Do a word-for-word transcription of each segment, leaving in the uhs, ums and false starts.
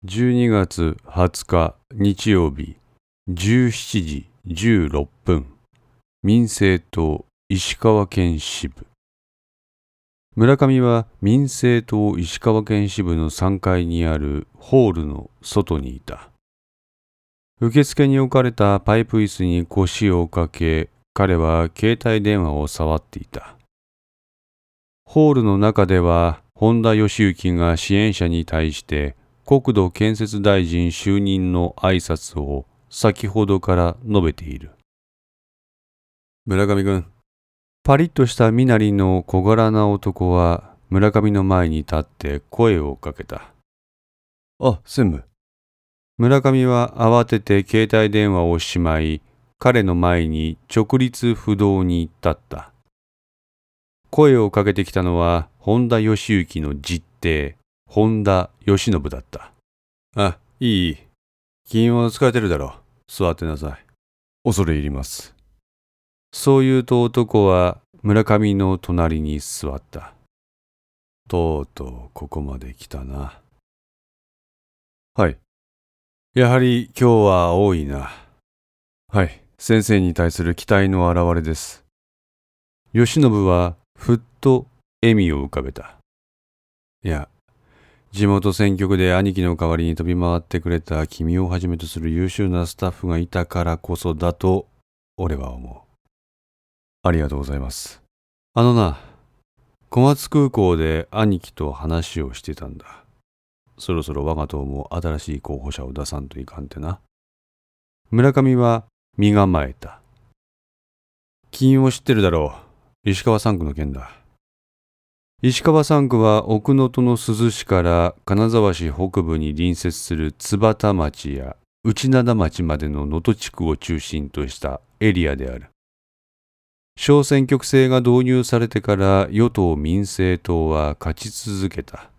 じゅうにがつはつか日曜日じゅうしちじじゅうろっぷん、民政党石川県支部。村上は民政党石川県支部のさんがいにあるホールの外にいた。受付に置かれたパイプ椅子に腰をかけ、彼は携帯電話を触っていた。ホールの中では本田義行が支援者に対して国土建設大臣就任の挨拶を先ほどから述べている。村上君。パリッとした身なりの小柄な男は村上の前に立って声をかけた。 あ、専務。 村上は慌てて携帯電話をしまい、彼の前に直立不動に立った。声をかけてきたのは本田義行の実弟、本田義信だった。 あ、いい。君も疲れてるだろう。座ってなさい。恐れ入ります。 そう言うと男は村上の隣に座った。 とうとうここまで来たな。はい。やはり今日は多いな。はい。先生に対する期待の表れです。 義信はふっと笑みを浮かべた。 いや、地元選挙区で兄貴の代わりに飛び回ってくれた君をはじめとする優秀なスタッフがいたからこそだと俺は思う。ありがとうございます。 あのな、小松空港で兄貴と話をしてたんだ。そろそろ我が党も新しい候補者を出さんといかんってな。村上は身構えた。 君も知ってるだろう。石川三区の件だ。 石川三区は奥能登の珠洲市から金沢市北部に隣接する津幡町や内灘町までの能登地区を中心としたエリアである。小選挙区制が導入されてから与党民政党は勝ち続けた。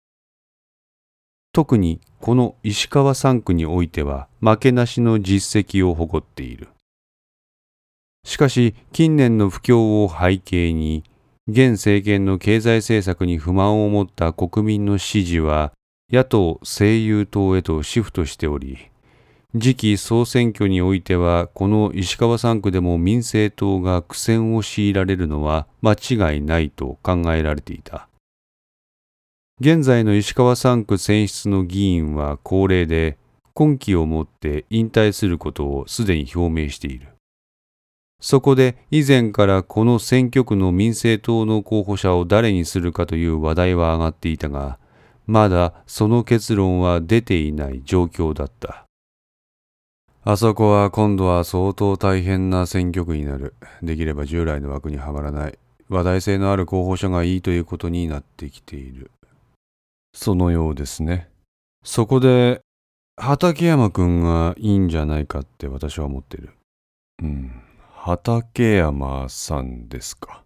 特にこの石川三区においては負けなしの実績を誇っている。しかし近年の不況を背景に現政権の経済政策に不満を持った国民の支持は野党政友党へとシフトしており、次期総選挙においてはこの石川三区でも民政党が苦戦を強いられるのは間違いないと考えられていた。現在の石川三区選出の議員は高齢で今期をもって引退することをすでに表明している。そこで以前からこの選挙区の民政党の候補者を誰にするかという話題は上がっていたが、まだその結論は出ていない状況だった。 あそこは今度は相当大変な選挙区になる。できれば従来の枠にはまらない話題性のある候補者がいいということになってきている。そのようですね。そこで畠山くんがいいんじゃないかって私は思ってる。うん、畠山さんですか。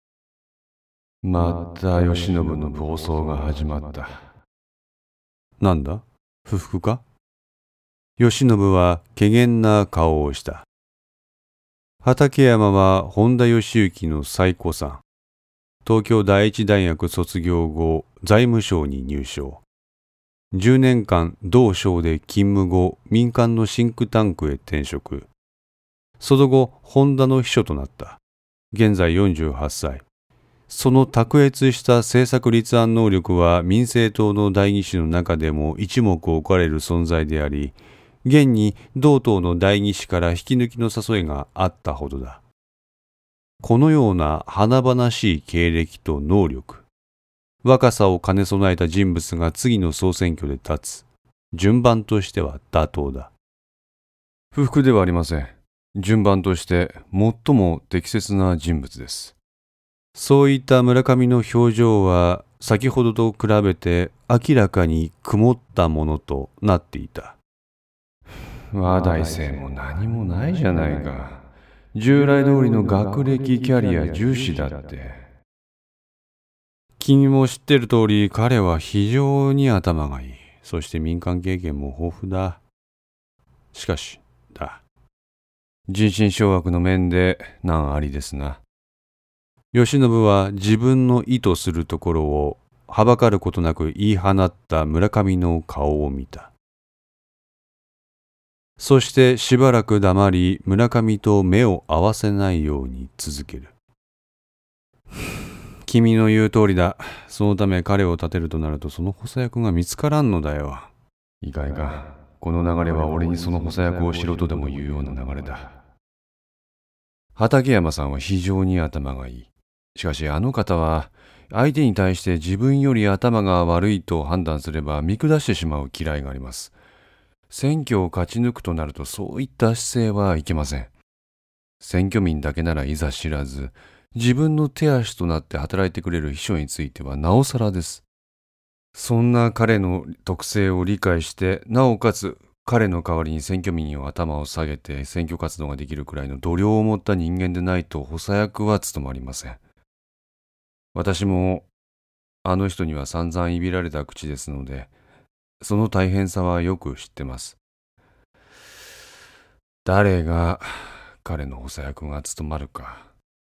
また義信の暴走が始まった。 なんだ？不服か？義信は怪訝な顔をした。畠山は本田義行の最古参。東京第一大学卒業後、財務省に入省。じゅうねんかん同省で勤務後、民間のシンクタンクへ転職。その後、本田の秘書となった。現在よんじゅうはっさい。その卓越した政策立案能力は民政党の代議士の中でも一目置かれる存在であり、現に同党の代議士から引き抜きの誘いがあったほどだ。このような華々しい経歴と能力、若さを兼ね備えた人物が次の総選挙で立つ。順番としては妥当だ。 不服ではありません。順番として最も適切な人物です。 そういった村上の表情は先ほどと比べて明らかに曇ったものとなっていた。 話題性も何もないじゃないか。従来通りの学歴キャリア重視だって。 君も知ってる通り彼は非常に頭がいい。そして民間経験も豊富だ。しかしだ。 人心掌握の面で難ありですな。 義信は自分の意図するところをはばかることなく言い放った村上の顔を見た。 そしてしばらく黙り、村上と目を合わせないように続ける。君の言う通りだ。そのため彼を立てるとなると、その補佐役が見つからんのだよ。 意外か。この流れは俺にその補佐役をしろとでも言うような流れだ。畠山さんは非常に頭がいい。しかしあの方は、相手に対して自分より頭が悪いと判断すれば見下してしまう嫌いがあります。選挙を勝ち抜くとなるとそういった姿勢はいけません。選挙民だけならいざ知らず、自分の手足となって働いてくれる秘書についてはなおさらです。そんな彼の特性を理解して、なおかつ彼の代わりに選挙民を頭を下げて選挙活動ができるくらいの度量を持った人間でないと補佐役は務まりません。私もあの人には散々いびられた口ですので、その大変さはよく知ってます。誰が彼の補佐役が務まるか。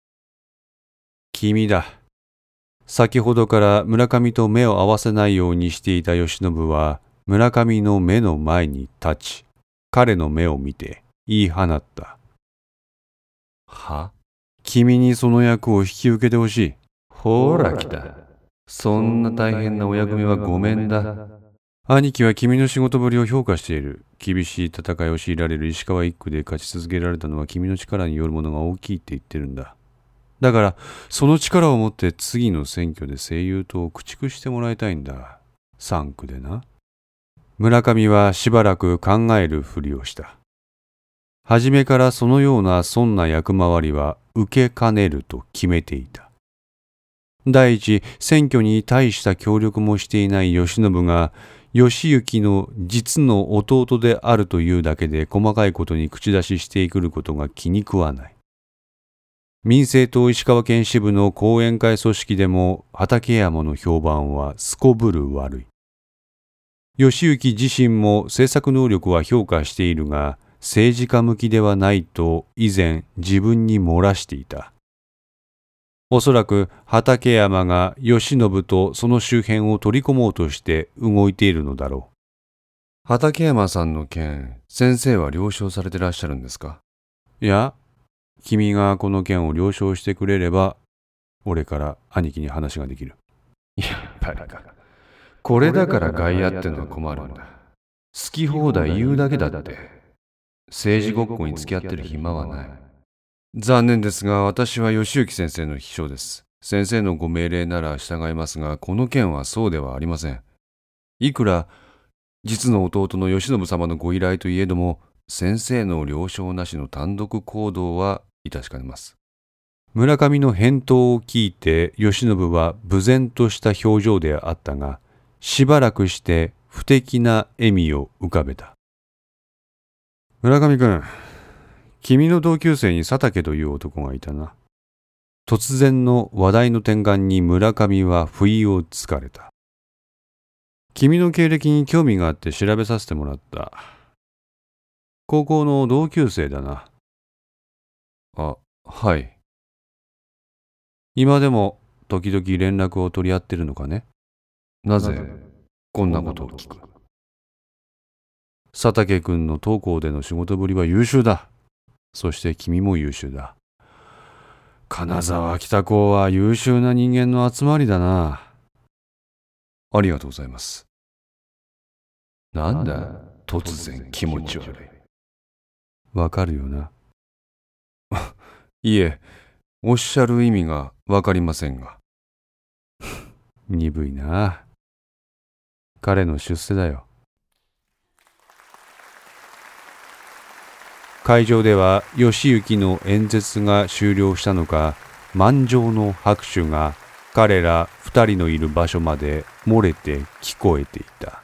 君だ。先ほどから村上と目を合わせないようにしていた慶喜は、村上の目の前に立ち、彼の目を見て言い放った。 は？ 君にその役を引き受けてほしい。 ほら来た。そんな大変なお役目はごめんだ。 兄貴は君の仕事ぶりを評価している。厳しい戦いを強いられる石川一区で勝ち続けられたのは君の力によるものが大きいって言ってるんだ。だからその力を持って次の選挙で声優党を駆逐してもらいたいんだ。三区でな。村上はしばらく考えるふりをした。はじめからそのようなそんな役回りは受けかねると決めていた。第一、選挙に大した協力もしていない慶喜が、義行の実の弟であるというだけで細かいことに口出ししてくることが気に食わない。民政党石川県支部の後援会組織でも畠山の評判はすこぶる悪い。義行自身も政策能力は評価しているが、政治家向きではないと以前自分に漏らしていた。おそらく畠山が慶喜とその周辺を取り込もうとして動いているのだろう。 畠山さんの件、先生は了承されてらっしゃるんですか？ いや、君がこの件を了承してくれれば、俺から兄貴に話ができる。 やっぱりか。これだから外野ってのは困るんだ。好き放題言うだけだって。政治ごっこに付き合ってる暇はない。残念ですが、私は義行先生の秘書です。先生のご命令なら従いますが、この件はそうではありません。いくら実の弟の慶喜様のご依頼といえども、先生の了承なしの単独行動はいたしかねます。 村上の返答を聞いて慶喜は無然とした表情であったが、しばらくして不敵な笑みを浮かべた。村上君、君の同級生に佐竹という男がいたな。突然の話題の転換に村上は不意をつかれた。君の経歴に興味があって調べさせてもらった。高校の同級生だな。 あ、はい。 今でも時々連絡を取り合ってるのかね？ なぜこんなことを聞く？ 佐竹君の当校での仕事ぶりは優秀だ。そして君も優秀だ。金沢北高は優秀な人間の集まりだな。 ありがとうございます。なんだ、突然気持ち悪い。 わかるよな。 いえ、おっしゃる意味がわかりませんが。 鈍いな。彼の出世だよ。会場では義行の演説が終了したのか、満場の拍手が彼ら二人のいる場所まで漏れて聞こえていた。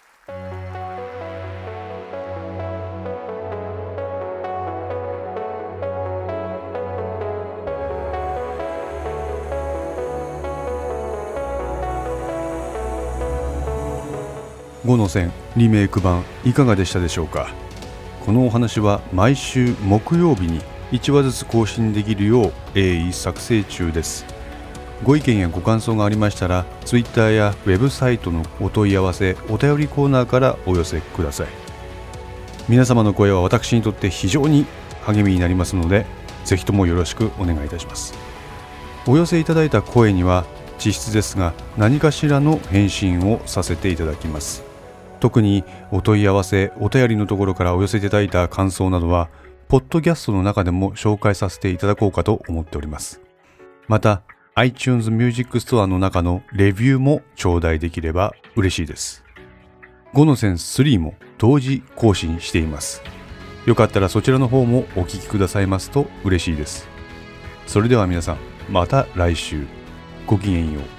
五の線リメイク版いかがでしたでしょうか。このお話は毎週木曜日にいちわずつ更新できるよう鋭意作成中です。ご意見やご感想がありましたら Twitter やウェブサイトのお問い合わせお便りコーナーからお寄せください。 皆様の声は私にとって非常に励みになりますので、ぜひともよろしくお願いいたします。お寄せいただいた声には実質ですが何かしらの返信をさせていただきます。特にお問い合わせ、お便りのところからお寄せいただいた感想などはポッドキャストの中でも紹介させていただこうかと思っております。また iTunes Music Store の中のレビューも頂戴できれば嬉しいです。ごの線スリーも同時更新しています。よかったらそちらの方もお聞きくださいますと嬉しいです。それでは皆さん、また来週。ごきげんよう。